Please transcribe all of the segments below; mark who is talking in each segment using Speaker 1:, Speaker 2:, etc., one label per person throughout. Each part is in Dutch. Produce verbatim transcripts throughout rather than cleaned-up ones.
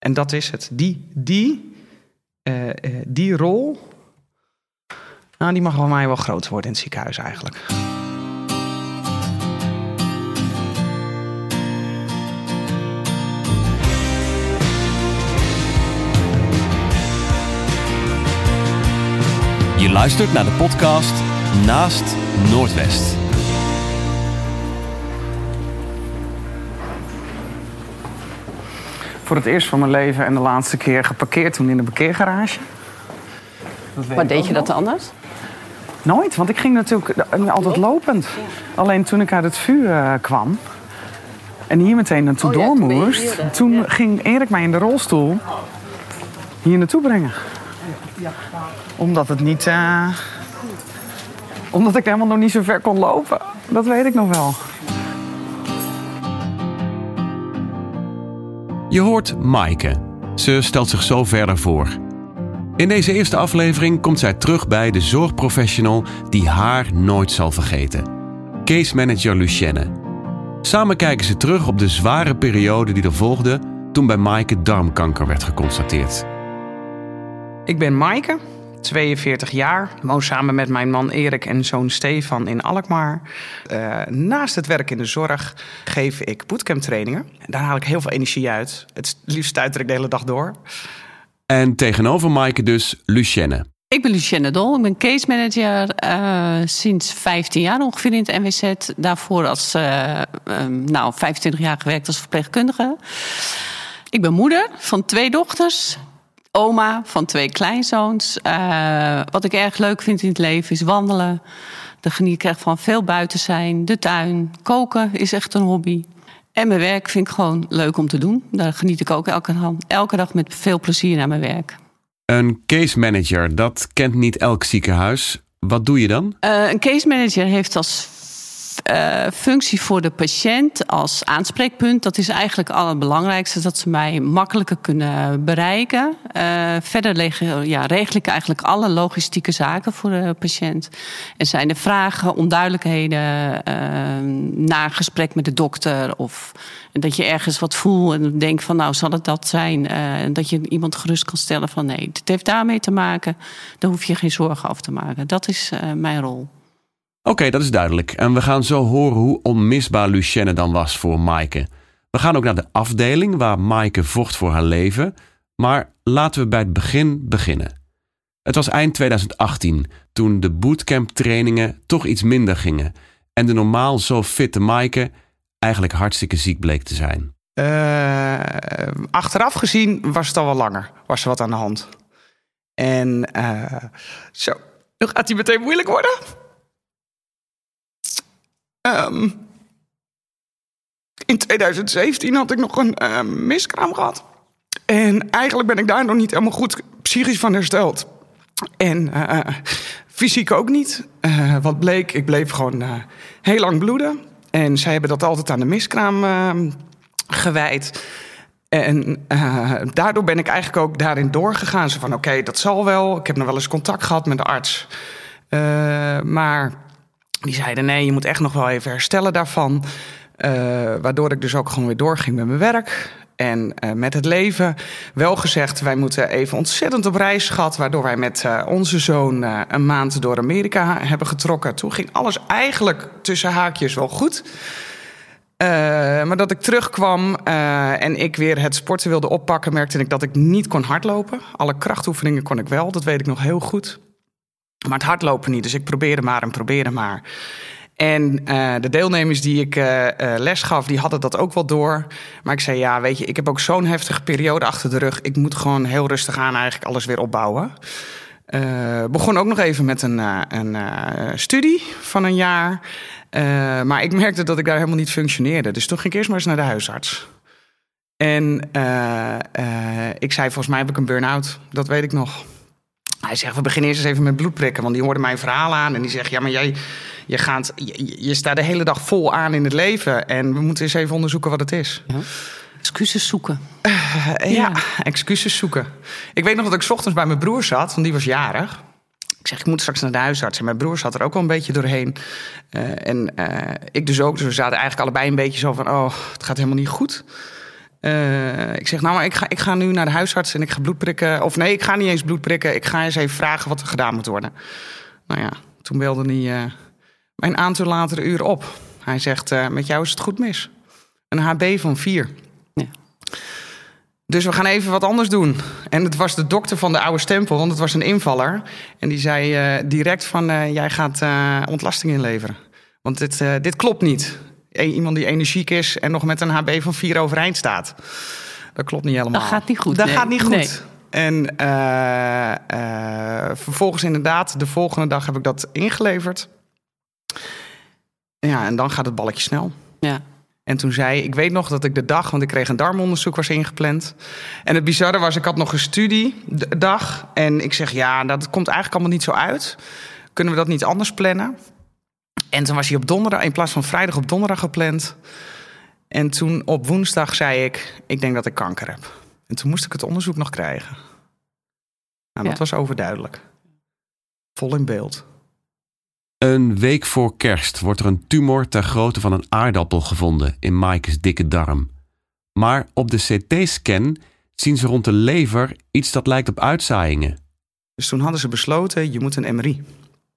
Speaker 1: En dat is het. Die, die, uh, uh, die rol, nou, die mag bij mij wel groot worden in het ziekenhuis eigenlijk.
Speaker 2: Je luistert naar de podcast Naast Noordwest.
Speaker 1: Voor het eerst van mijn leven en de laatste keer geparkeerd toen in de parkeergarage.
Speaker 3: Maar deed je dat anders?
Speaker 1: Nooit, want ik ging natuurlijk altijd lopend. Ja. Alleen toen ik uit het vuur uh, kwam en hier meteen naartoe oh, door ja, toen moest... Hier, toen ja. ging Erik mij in de rolstoel hier naartoe brengen. Omdat het niet... Uh, omdat ik helemaal nog niet zo ver kon lopen. Dat weet ik nog wel.
Speaker 2: Je hoort Maaike. Ze stelt zich zo verder voor. In deze eerste aflevering komt zij terug bij de zorgprofessional die haar nooit zal vergeten. Case manager Lucienne. Samen kijken ze terug op de zware periode die er volgde toen bij Maaike darmkanker werd geconstateerd.
Speaker 1: Ik ben Maaike, tweeënveertig jaar. Woon samen met mijn man Erik en zoon Stefan in Alkmaar. Uh, naast het werk in de zorg geef ik bootcamp trainingen. Daar haal ik heel veel energie uit. Het liefst stuiter ik de hele dag door.
Speaker 2: En tegenover Maaike dus Lucienne.
Speaker 3: Ik ben Lucienne Dol. Ik ben case manager uh, sinds vijftien jaar ongeveer in het N W Z. Daarvoor als uh, um, nou, vijfentwintig jaar gewerkt als verpleegkundige. Ik ben moeder van twee dochters. Oma van twee kleinzoons. Uh, wat ik erg leuk vind in het leven is wandelen. Daar geniet ik echt van veel buiten zijn. De tuin. Koken is echt een hobby. En mijn werk vind ik gewoon leuk om te doen. Daar geniet ik ook elke dag, elke dag met veel plezier naar mijn werk.
Speaker 2: Een case manager, dat kent niet elk ziekenhuis. Wat doe je dan?
Speaker 3: Uh, een case manager heeft als uh, functie voor de patiënt als aanspreekpunt. Dat is eigenlijk het allerbelangrijkste, dat ze mij makkelijker kunnen bereiken. Uh, verder regel, ja, regel ik eigenlijk alle logistieke zaken voor de patiënt. En zijn er vragen, onduidelijkheden, uh, na een gesprek met de dokter of dat je ergens wat voelt en denkt van nou zal het dat zijn. Uh, dat je iemand gerust kan stellen van nee, het heeft daarmee te maken. Daar hoef je geen zorgen over te maken. Dat is uh, mijn rol.
Speaker 2: Oké, okay, dat is duidelijk. En we gaan zo horen hoe onmisbaar Lucienne dan was voor Maaike. We gaan ook naar de afdeling waar Maaike vocht voor haar leven. Maar laten we bij het begin beginnen. Het was eind twintig achttien toen de bootcamp trainingen toch iets minder gingen. En de normaal zo fitte Maaike eigenlijk hartstikke ziek bleek te zijn.
Speaker 1: Uh, achteraf gezien was het al wel langer. Was er wat aan de hand. En uh, zo, nu gaat hij meteen moeilijk worden. Um, in twintig zeventien had ik nog een uh, miskraam gehad. En eigenlijk ben ik daar nog niet helemaal goed psychisch van hersteld. En uh, fysiek ook niet. Uh, wat bleek, ik bleef gewoon uh, heel lang bloeden. En zij hebben dat altijd aan de miskraam uh, gewijd. En uh, daardoor ben ik eigenlijk ook daarin doorgegaan. Zo van, oké, okay, dat zal wel. Ik heb nog wel eens contact gehad met de arts. Uh, maar die zeiden, nee, je moet echt nog wel even herstellen daarvan. Uh, waardoor ik dus ook gewoon weer doorging met mijn werk. En uh, met het leven. Wel gezegd, wij moeten even ontzettend op reis gehad. Waardoor wij met uh, onze zoon uh, een maand door Amerika hebben getrokken. Toen ging alles eigenlijk tussen haakjes wel goed. Uh, maar dat ik terugkwam uh, en ik weer het sporten wilde oppakken, merkte ik dat ik niet kon hardlopen. Alle krachtoefeningen kon ik wel, dat weet ik nog heel goed. Maar het hardlopen niet, dus ik probeerde maar en probeerde maar. En uh, de deelnemers die ik uh, uh, les gaf, die hadden dat ook wel door. Maar ik zei, ja, weet je, ik heb ook zo'n heftige periode achter de rug. Ik moet gewoon heel rustig aan eigenlijk alles weer opbouwen. Uh, begon ook nog even met een, uh, een uh, studie van een jaar. Uh, maar ik merkte dat ik daar helemaal niet functioneerde. Dus toen ging ik eerst maar eens naar de huisarts. En uh, uh, ik zei, volgens mij heb ik een burn-out. Dat weet ik nog. Hij zegt, we beginnen eerst eens even met bloedprikken. Want die hoorde mijn verhaal aan. En die zegt, ja, maar jij, je, gaat, je, je staat de hele dag vol aan in het leven. En we moeten eens even onderzoeken wat het is.
Speaker 3: Ja. Excuses zoeken.
Speaker 1: Uh, ja, ja, excuses zoeken. Ik weet nog dat ik 's ochtends bij mijn broer zat, want die was jarig. Ik zeg, ik moet straks naar de huisarts. En mijn broer zat er ook wel een beetje doorheen. Uh, en uh, ik dus ook. Dus we zaten eigenlijk allebei een beetje zo van, oh, het gaat helemaal niet goed. Uh, ik zeg, nou, maar ik ga, ik ga nu naar de huisarts en ik ga bloed prikken. Of nee, ik ga niet eens bloed prikken. Ik ga eens even vragen wat er gedaan moet worden. Nou ja, toen belde hij uh, mij een aantal latere uur op. Hij zegt, uh, met jou is het goed mis. Een H B van vier. Ja. Dus we gaan even wat anders doen. En het was de dokter van de oude stempel, want het was een invaller. En die zei uh, direct van, uh, jij gaat uh, ontlasting inleveren. Want dit, uh, dit klopt niet. Iemand die energiek is en nog met een H B van vier overeind staat. Dat klopt niet helemaal.
Speaker 3: Dat gaat niet goed.
Speaker 1: Dat
Speaker 3: nee.
Speaker 1: gaat niet goed.
Speaker 3: Nee.
Speaker 1: En uh, uh, vervolgens inderdaad, de volgende dag heb ik dat ingeleverd. Ja, en dan gaat het balletje snel.
Speaker 3: Ja.
Speaker 1: En toen zei ik weet nog dat ik de dag, want ik kreeg een darmonderzoek, was ingepland. En het bizarre was, ik had nog een studiedag. En ik zeg, ja, dat komt eigenlijk allemaal niet zo uit. Kunnen we dat niet anders plannen? En toen was hij op donderdag, in plaats van vrijdag op donderdag gepland. En toen op woensdag zei ik, ik denk dat ik kanker heb. En toen moest ik het onderzoek nog krijgen. Nou, dat ja. was overduidelijk. Vol in beeld.
Speaker 2: Een week voor kerst wordt er een tumor ter grootte van een aardappel gevonden in Maaike's dikke darm. Maar op de C T-scan zien ze rond de lever iets dat lijkt op uitzaaiingen.
Speaker 1: Dus toen hadden ze besloten, je moet een M R I.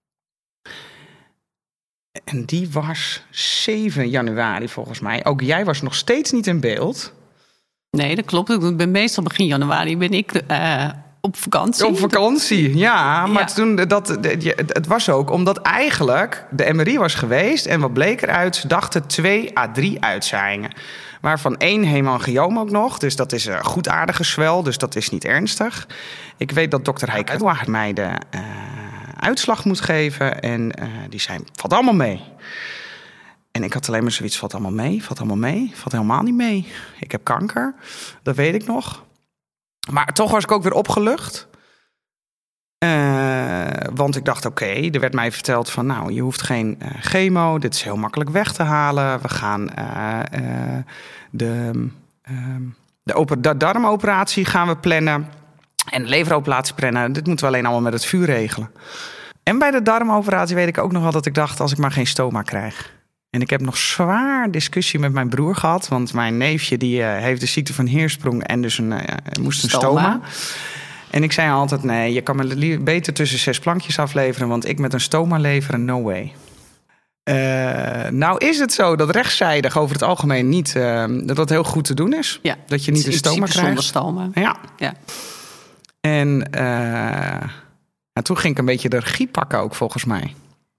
Speaker 1: En die was zeven januari volgens mij. Ook jij was nog steeds niet in beeld.
Speaker 3: Nee, dat klopt. Ik ben meestal begin januari ben ik uh, op vakantie.
Speaker 1: Op vakantie, ja. Maar ja. toen, dat, het was ook omdat eigenlijk de M R I was geweest. En wat bleek eruit? Ze dachten twee à drie uitzaaiingen. Waarvan één hemangioom ook nog. Dus dat is een goedaardige zwel. Dus dat is niet ernstig. Ik weet dat dokter Heik Edouard mij de uh, uitslag moet geven. En uh, die zei, valt allemaal mee. En ik had alleen maar zoiets, valt allemaal mee, valt allemaal mee, valt helemaal niet mee. Ik heb kanker, dat weet ik nog. Maar toch was ik ook weer opgelucht. Uh, want ik dacht, oké, okay, er werd mij verteld van, nou, je hoeft geen uh, chemo, dit is heel makkelijk weg te halen. We gaan uh, uh, de, uh, de, oper- de darmoperatie gaan we plannen en de leveroperatie plannen. Dit moeten we alleen allemaal met het vuur regelen. En bij de darmoperatie weet ik ook nog wel dat ik dacht, als ik maar geen stoma krijg. En ik heb nog zwaar discussie met mijn broer gehad. Want mijn neefje die, uh, heeft de ziekte van Heersprong en dus een, uh, moest een stoma. stoma. En ik zei altijd, nee, je kan me beter tussen zes plankjes afleveren. Want ik met een stoma leveren, no way. Uh, nou is het zo dat rechtszijdig over het algemeen niet... Uh, dat dat heel goed te doen is. Ja, dat je niet een stoma krijgt.
Speaker 3: Zonder stoma.
Speaker 1: Ja.
Speaker 3: ja.
Speaker 1: En uh, nou, toen ging ik een beetje de regie pakken ook volgens mij.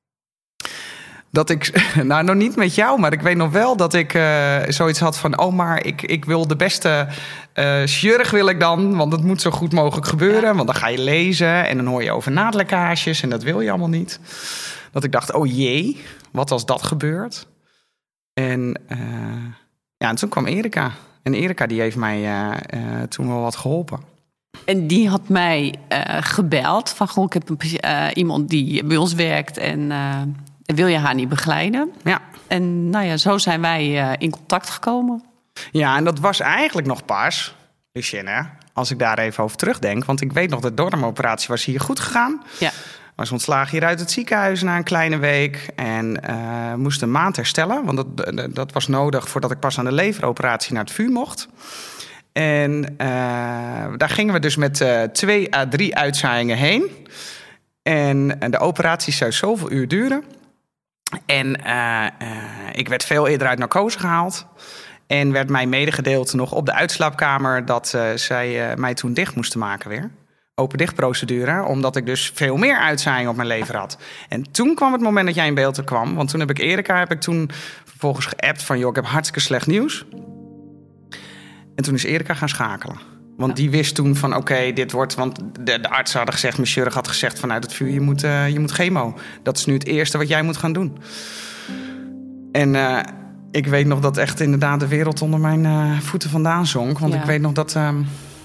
Speaker 1: Dat ik, nou nog niet met jou, maar ik weet nog wel dat ik uh, zoiets had van... oh, maar ik, ik wil de beste uh, chirurg wil ik dan, want het moet zo goed mogelijk gebeuren. Ja. Want dan ga je lezen en dan hoor je over naadlekkages en dat wil je allemaal niet. Dat ik dacht, oh jee, wat als dat gebeurt? En, uh, ja, en toen kwam Erika. En Erika die heeft mij uh, uh, toen wel wat geholpen.
Speaker 3: En die had mij uh, gebeld van, goh, ik heb een, uh, iemand die bij ons werkt en... Uh, wil je haar niet begeleiden?
Speaker 1: Ja.
Speaker 3: En nou ja, zo zijn wij uh, in contact gekomen.
Speaker 1: Ja, en dat was eigenlijk nog pas, Lucienne, als ik daar even over terugdenk. Want ik weet nog, de darmoperatie was hier goed gegaan.
Speaker 3: Ja.
Speaker 1: Was ontslagen hier uit het ziekenhuis na een kleine week. En uh, moest een maand herstellen. Want dat, dat was nodig voordat ik pas aan de leveroperatie naar het vuur mocht. En uh, daar gingen we dus met uh, twee à drie uitzaaiingen heen. En, en de operatie zou zoveel uur duren. En uh, uh, ik werd veel eerder uit narcose gehaald. En werd mij medegedeeld nog op de uitslaapkamer... dat uh, zij uh, mij toen dicht moesten maken weer. Open-dicht procedure. Omdat ik dus veel meer uitzaaiing op mijn lever had. En toen kwam het moment dat jij in beeld kwam. Want toen heb ik Erika heb ik toen vervolgens geappt van... joh, ik heb hartstikke slecht nieuws. En toen is Erika gaan schakelen. Want die wist toen van oké, okay, dit wordt... Want de, de arts hadden gezegd, mijn chirurg had gezegd... vanuit het vuur, je moet, uh, je moet chemo. Dat is nu het eerste wat jij moet gaan doen. En uh, ik weet nog dat echt inderdaad de wereld onder mijn uh, voeten vandaan zonk. Want ja. ik weet nog dat uh,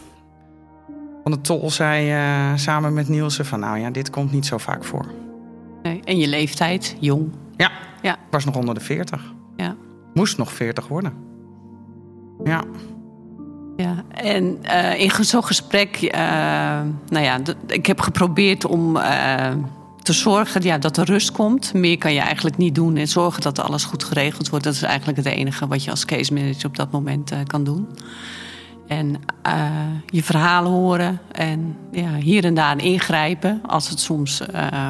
Speaker 1: Van der Tol zei uh, samen met Nielsen van... nou ja, dit komt niet zo vaak voor.
Speaker 3: Nee, en je leeftijd, jong.
Speaker 1: Ja, ja. Ik was nog onder de veertig.
Speaker 3: Ja.
Speaker 1: Moest nog veertig worden. Ja.
Speaker 3: Ja, en uh, in zo'n gesprek, uh, nou ja, d- ik heb geprobeerd om uh, te zorgen ja, dat er rust komt. Meer kan je eigenlijk niet doen. En zorgen dat alles goed geregeld wordt. Dat is eigenlijk het enige wat je als case manager op dat moment uh, kan doen. En uh, je verhalen horen. En ja, hier en daar ingrijpen. Als het soms... Uh,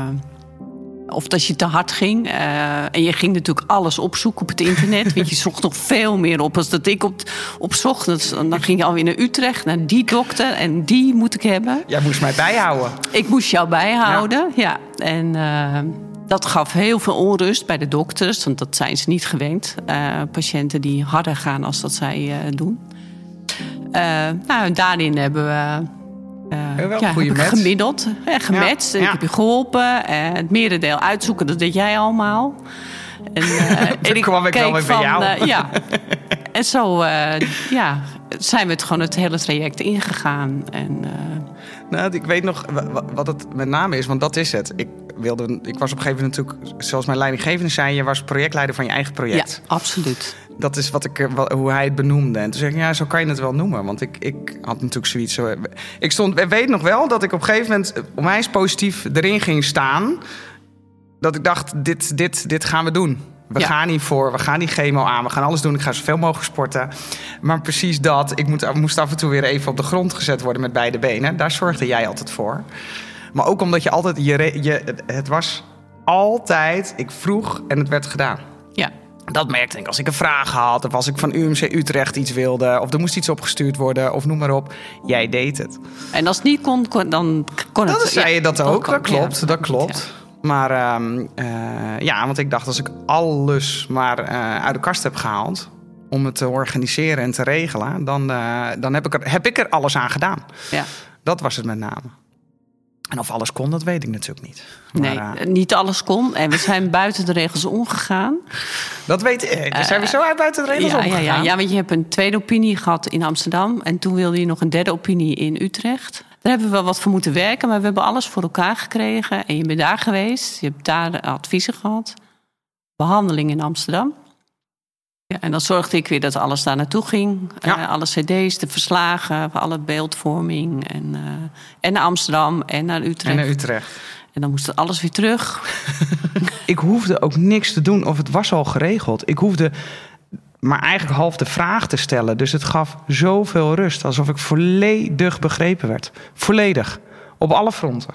Speaker 3: of dat je te hard ging. Uh, en je ging natuurlijk alles opzoeken op het internet. Want je zocht nog veel meer op als dat ik op, opzocht. Dus dan ging je alweer naar Utrecht, naar die dokter. En die moet ik hebben.
Speaker 1: Jij moest mij bijhouden.
Speaker 3: Ik moest jou bijhouden, ja. ja. En uh, dat gaf heel veel onrust bij de dokters. Want dat zijn ze niet gewend. Uh, patiënten die harder gaan als dat zij uh, doen. Uh, nou, daarin hebben we... Uh,
Speaker 1: wel
Speaker 3: ja,
Speaker 1: goede
Speaker 3: heb ik gemiddeld, eh, gematcht. Ja, ja. Ik heb je geholpen. Uh, het merendeel uitzoeken, dat deed jij allemaal. En, uh, en
Speaker 1: ik kwam ik wel weer bij jou.
Speaker 3: Uh, ja. En zo uh, ja, zijn we het gewoon het hele traject ingegaan. En, uh,
Speaker 1: nou, ik weet nog wat het met name is, want dat is het. Ik, wilde, ik was op een gegeven moment natuurlijk, zoals mijn leidinggevende zei... je was projectleider van je eigen project.
Speaker 3: Ja, absoluut.
Speaker 1: Dat is wat ik, wat, hoe hij het benoemde. En toen zei ik, ja, zo kan je het wel noemen. Want ik, ik had natuurlijk zoiets... Zo, ik stond, weet nog wel dat ik op een gegeven moment... onwijs positief erin ging staan. Dat ik dacht, dit, dit, dit gaan we doen. We ja. gaan hiervoor, we gaan die chemo aan. We gaan alles doen, ik ga zoveel mogelijk sporten. Maar precies dat, ik moet, moest af en toe weer even op de grond gezet worden... met beide benen. Daar zorgde jij altijd voor. Maar ook omdat je altijd... Je, je, het was altijd... Ik vroeg en het werd gedaan.
Speaker 3: Ja.
Speaker 1: Dat merkte ik als ik een vraag had... of als ik van U M C Utrecht iets wilde... of er moest iets opgestuurd worden, of noem maar op. Jij deed het.
Speaker 3: En als het niet kon, kon dan kon het...
Speaker 1: Dan zei
Speaker 3: ja,
Speaker 1: je dat ook,
Speaker 3: kan,
Speaker 1: dat klopt,
Speaker 3: ja,
Speaker 1: dat klopt. Ja. Maar um, uh, ja, want ik dacht... als ik alles maar uh, uit de kast heb gehaald... om het te organiseren en te regelen... dan, uh, dan heb, ik er, heb ik er alles aan gedaan.
Speaker 3: Ja.
Speaker 1: Dat was het met name. En of alles kon, dat weet ik natuurlijk niet. Maar,
Speaker 3: nee, uh, niet alles kon. En we zijn buiten de regels omgegaan.
Speaker 1: Dat weet ik. Uh, zijn we zo uit buiten de regels
Speaker 3: ja,
Speaker 1: omgegaan?
Speaker 3: Ja, ja, ja, want je hebt een tweede opinie gehad in Amsterdam. En toen wilde je nog een derde opinie in Utrecht. Daar hebben we wel wat voor moeten werken. Maar we hebben alles voor elkaar gekregen. En je bent daar geweest. Je hebt daar adviezen gehad. Behandeling in Amsterdam. Ja, en dan zorgde ik weer dat alles daar naartoe ging. Ja. Uh, alle cd's, de verslagen, alle beeldvorming. En, uh, en naar Amsterdam en naar Utrecht.
Speaker 1: En naar Utrecht.
Speaker 3: En dan moest het alles weer terug.
Speaker 1: Ik hoefde ook niks te doen of het was al geregeld. Ik hoefde maar eigenlijk half de vraag te stellen. Dus het gaf zoveel rust. Alsof ik volledig begrepen werd. Volledig. Op alle fronten.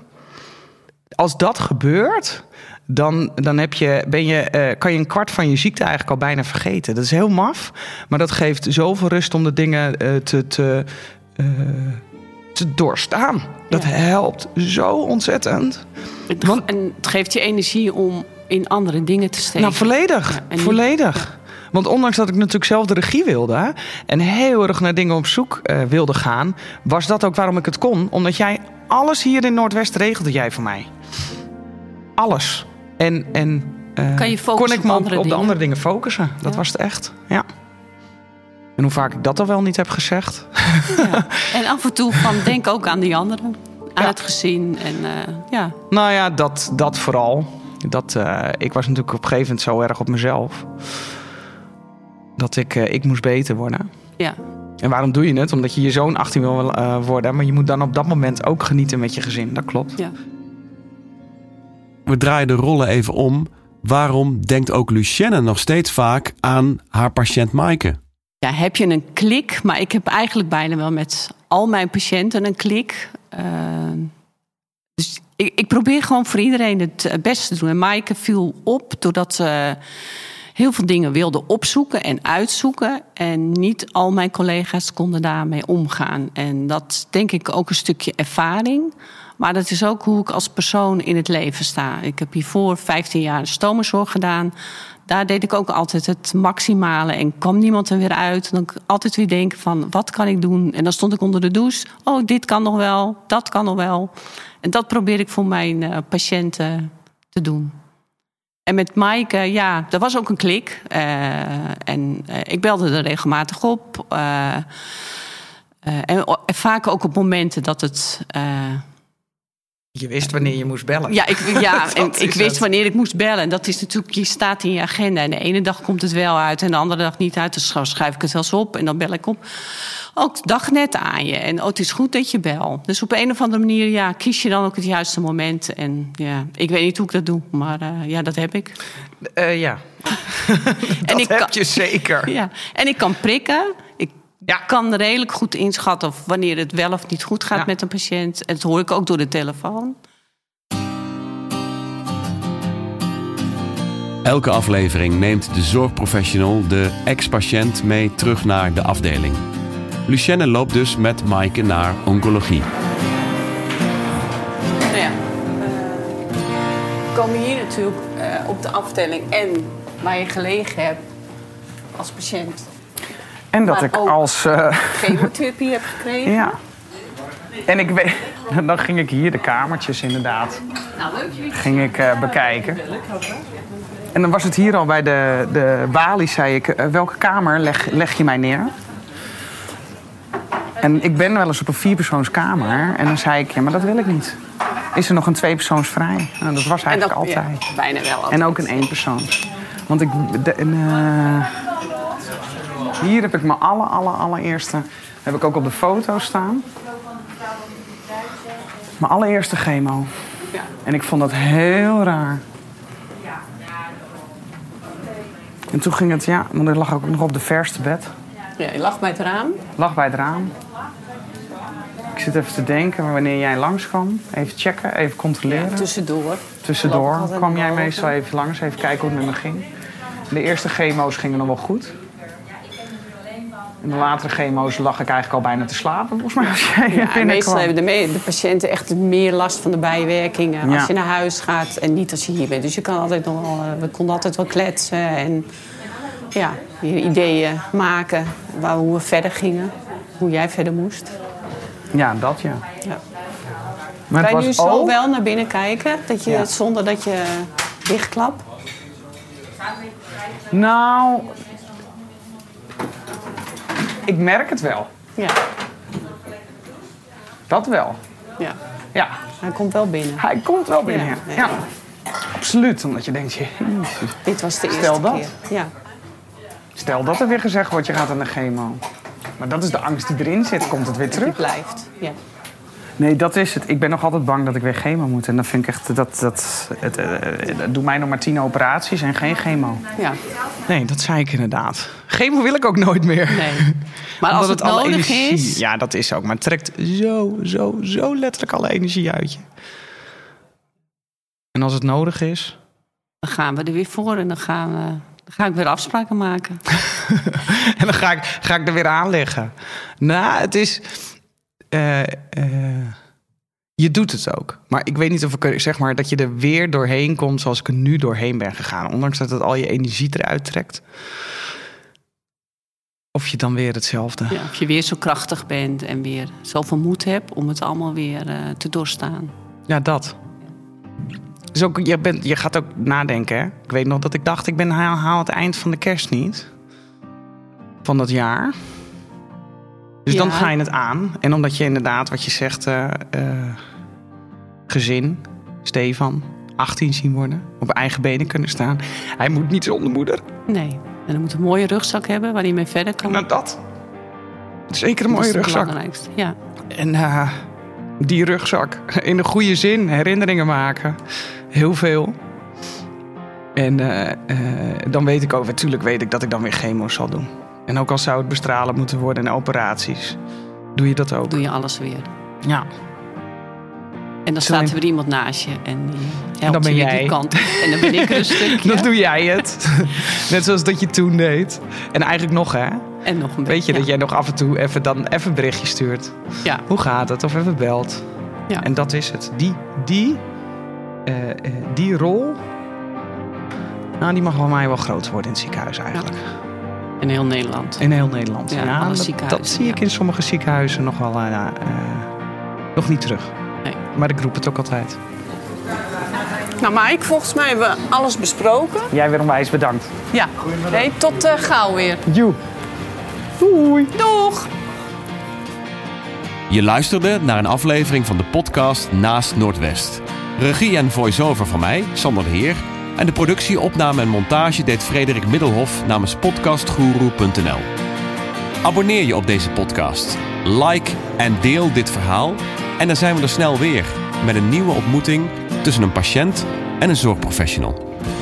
Speaker 1: Als dat gebeurt... Dan, dan heb je, ben je, uh, kan je een kwart van je ziekte eigenlijk al bijna vergeten. Dat is heel maf, maar dat geeft zoveel rust om de dingen uh, te, te, uh, te doorstaan. Dat ja. helpt zo ontzettend.
Speaker 3: Het, Want, en het geeft je energie om in andere dingen te steken.
Speaker 1: Nou, volledig. Ja, volledig. Niet, ja. Want ondanks dat ik natuurlijk zelf de regie wilde... en heel erg naar dingen op zoek uh, wilde gaan... was dat ook waarom ik het kon. Omdat jij alles hier in Noordwest regelde jij voor mij. Alles. En, en uh,
Speaker 3: kan je
Speaker 1: kon ik me op,
Speaker 3: op,
Speaker 1: op de andere dingen focussen. Dat ja. was het echt, ja. En hoe vaak ik dat al wel niet heb gezegd.
Speaker 3: Ja. En af en toe van denk ook aan die anderen. Aan ja. het gezin. En, uh, ja.
Speaker 1: Nou ja, dat, dat vooral. Dat, uh, ik was natuurlijk op een gegeven moment zo erg op mezelf. Dat ik, uh, ik moest beter worden.
Speaker 3: Ja.
Speaker 1: En waarom doe je het? Omdat je je zoon achttien wil uh, worden. Maar je moet dan op dat moment ook genieten met je gezin. Dat klopt.
Speaker 3: Ja.
Speaker 2: We draaien de rollen even om. Waarom denkt ook Lucienne nog steeds vaak aan haar patiënt Maaike?
Speaker 3: Ja, heb je een klik? Maar ik heb eigenlijk bijna wel met al mijn patiënten een klik. Uh, dus ik, ik probeer gewoon voor iedereen het beste te doen. En Maaike viel op doordat ze heel veel dingen wilde opzoeken en uitzoeken. En niet al mijn collega's konden daarmee omgaan. En dat is denk ik ook een stukje ervaring. Maar dat is ook hoe ik als persoon in het leven sta. Ik heb hiervoor vijftien jaar stomenzorg gedaan. Daar deed ik ook altijd het maximale. En kwam niemand er weer uit. Dan altijd weer denken van, wat kan ik doen? En dan stond ik onder de douche. Oh, dit kan nog wel, dat kan nog wel. En dat probeer ik voor mijn uh, patiënten te doen. En met Maaike, ja, er was ook een klik. Uh, en uh, ik belde er regelmatig op. Uh, uh, en, en vaak ook op momenten dat het... Uh,
Speaker 1: Je wist wanneer je moest bellen.
Speaker 3: Ja, ik, ja en ik wist
Speaker 1: het.
Speaker 3: wanneer ik moest bellen. En dat is natuurlijk, je staat in je agenda. En de ene dag komt het wel uit en de andere dag niet uit. Dus schrijf ik het zelfs op en dan bel ik op. Ook dagnet aan je. En oh, het is goed dat je belt. Dus op een of andere manier ja, kies je dan ook het juiste moment. En ja, ik weet niet hoe ik dat doe, maar uh, ja, dat heb ik.
Speaker 1: Uh, ja,
Speaker 3: en
Speaker 1: dat
Speaker 3: ik
Speaker 1: heb
Speaker 3: kan,
Speaker 1: je zeker.
Speaker 3: Ja. En ik kan prikken. Ik
Speaker 1: ja.
Speaker 3: kan redelijk goed inschatten of wanneer het wel of niet goed gaat ja. met een patiënt. En dat hoor ik ook door de telefoon.
Speaker 2: Elke aflevering neemt de zorgprofessional de ex-patiënt mee terug naar de afdeling. Lucienne loopt dus met Maaike naar oncologie.
Speaker 3: Nou ja, uh, we komen hier natuurlijk uh, op de afdeling en waar je gelegen hebt als patiënt.
Speaker 1: En dat maar ik als... Uh...
Speaker 3: chemotherapie heb gekregen.
Speaker 1: Ja. En ik weet... Dan ging ik hier de kamertjes inderdaad.
Speaker 3: Nou, leuk.
Speaker 1: Ging ik uh, bekijken. En dan was het hier al bij de, de balie, zei ik... Uh, welke kamer leg, leg je mij neer? En ik ben wel eens op een vierpersoonskamer. En dan zei ik, ja, maar dat wil ik niet. Is er nog een tweepersoons vrij? Nou, dat was eigenlijk dat, altijd.
Speaker 3: Ja, bijna wel altijd.
Speaker 1: En ook een eenpersoons. Want ik... De, uh, hier heb ik mijn aller, aller, allereerste... Heb ik ook op de foto staan. Mijn allereerste chemo.
Speaker 3: Ja.
Speaker 1: En ik vond dat heel raar. En toen ging het, ja, want ik lag ook nog op de verste bed.
Speaker 3: Ja, je lag bij het raam?
Speaker 1: Lag bij het raam. Ik zit even te denken wanneer jij langskwam. Even checken, even controleren.
Speaker 3: Ja, tussendoor.
Speaker 1: Tussendoor kwam jij meestal even langs, even kijken hoe het met me ging. De eerste chemo's gingen nog wel goed. In de latere chemo's lag ik eigenlijk al bijna te slapen, volgens mij. Als jij
Speaker 3: ja, meestal hebben de, me- de patiënten echt meer last van de bijwerkingen ja. als je naar huis gaat en niet als je hier bent. Dus je kan altijd nog wel, we konden altijd wel kletsen en ja, weer ideeën maken waar, hoe we verder gingen, hoe jij verder moest.
Speaker 1: Ja, dat ja.
Speaker 3: ja. Maar kan je nu zo ook... wel naar binnen kijken, dat je, ja. zonder dat je dichtklapt?
Speaker 1: Nou... Ik merk het wel.
Speaker 3: Ja.
Speaker 1: Dat wel.
Speaker 3: Ja.
Speaker 1: Ja.
Speaker 3: Hij komt wel binnen.
Speaker 1: Hij komt wel binnen, ja. ja. ja. Absoluut, omdat je denkt... Je,
Speaker 3: dit was de
Speaker 1: Stel
Speaker 3: eerste
Speaker 1: dat.
Speaker 3: keer. Ja.
Speaker 1: Stel dat er weer gezegd wordt, je gaat aan de chemo. Maar dat is de angst die erin zit. Komt het weer terug?
Speaker 3: Die blijft, ja.
Speaker 1: Nee, dat is het. Ik ben nog altijd bang dat ik weer chemo moet. En dan vind ik echt... Dat, dat, het, uh, doe mij nog maar tien operaties en geen chemo.
Speaker 3: Ja.
Speaker 1: Nee, dat zei ik inderdaad. Chemo wil ik ook nooit meer.
Speaker 3: Nee. Maar als het, het nodig
Speaker 1: energie,
Speaker 3: is...
Speaker 1: Ja, dat is ook. Maar het trekt zo, zo, zo letterlijk alle energie uit je. En als het nodig is...
Speaker 3: Dan gaan we er weer voor en dan, gaan we, dan ga ik weer afspraken maken.
Speaker 1: En dan ga ik, ga ik er weer aanleggen. Nou, het is... Uh, uh, je doet het ook. Maar ik weet niet of ik zeg maar dat je er weer doorheen komt zoals ik er nu doorheen ben gegaan. Ondanks dat het al je energie eruit trekt. Of je dan weer hetzelfde.
Speaker 3: Ja, of je weer zo krachtig bent en weer zoveel moed hebt om het allemaal weer uh, te doorstaan.
Speaker 1: Ja, dat. Dus ook, je, bent, je gaat ook nadenken. Hè? Ik weet nog dat ik dacht, ik ben haal, haal het eind van de kerst niet. Van dat jaar. Dus ja. Dan ga je het aan. En omdat je inderdaad, wat je zegt, uh, uh, gezin, Stefan, achttien zien worden. Op eigen benen kunnen staan. Hij moet niet zonder moeder.
Speaker 3: Nee. En dan moet een mooie rugzak hebben waar hij mee verder kan.
Speaker 1: Nou, dat. Zeker een mooie
Speaker 3: dat is
Speaker 1: rugzak.
Speaker 3: Het belangrijkste, ja.
Speaker 1: En uh, die rugzak, in de goede zin, herinneringen maken. Heel veel. En uh, uh, dan weet ik ook, natuurlijk weet ik dat ik dan weer chemo's zal doen. En ook al zou het bestralen moeten worden en operaties, doe je dat ook.
Speaker 3: Doe je alles weer.
Speaker 1: Ja.
Speaker 3: En dan staat er weer iemand naast je en die helpt
Speaker 1: dan ben
Speaker 3: je
Speaker 1: jij.
Speaker 3: die kant. En dan ben ik er een stukje.
Speaker 1: Dan doe jij het. Net zoals dat je toen deed. En eigenlijk nog, hè?
Speaker 3: En nog een beetje.
Speaker 1: Weet je
Speaker 3: ja.
Speaker 1: dat jij nog af en toe even, dan even een berichtje stuurt.
Speaker 3: Ja.
Speaker 1: Hoe gaat het? Of even belt.
Speaker 3: Ja.
Speaker 1: En dat is het. Die, die, uh, uh, die rol, nou, die mag bij mij wel groot worden in het ziekenhuis eigenlijk. Ja.
Speaker 3: In heel Nederland.
Speaker 1: In heel Nederland.
Speaker 3: Ja,
Speaker 1: ja,
Speaker 3: alle
Speaker 1: dat,
Speaker 3: ziekenhuizen.
Speaker 1: dat zie ik
Speaker 3: ja.
Speaker 1: in sommige ziekenhuizen nog wel uh, uh, nog niet terug.
Speaker 3: Nee.
Speaker 1: Maar ik roep het ook altijd.
Speaker 3: Nou, Mike, volgens mij hebben we alles besproken.
Speaker 1: Jij weer onwijs bedankt.
Speaker 3: Ja. Hey, tot uh, gauw weer.
Speaker 1: Joe. Doei.
Speaker 3: Doeg.
Speaker 2: Je luisterde naar een aflevering van de podcast Naast Noordwest. Regie en voice-over van mij, Sander de Heer. En de productie, opname en montage deed Frederik Middelhof namens podcastgoeroe punt n l. Abonneer je op deze podcast. Like en deel dit verhaal. En dan zijn we er snel weer met een nieuwe ontmoeting tussen een patiënt en een zorgprofessional.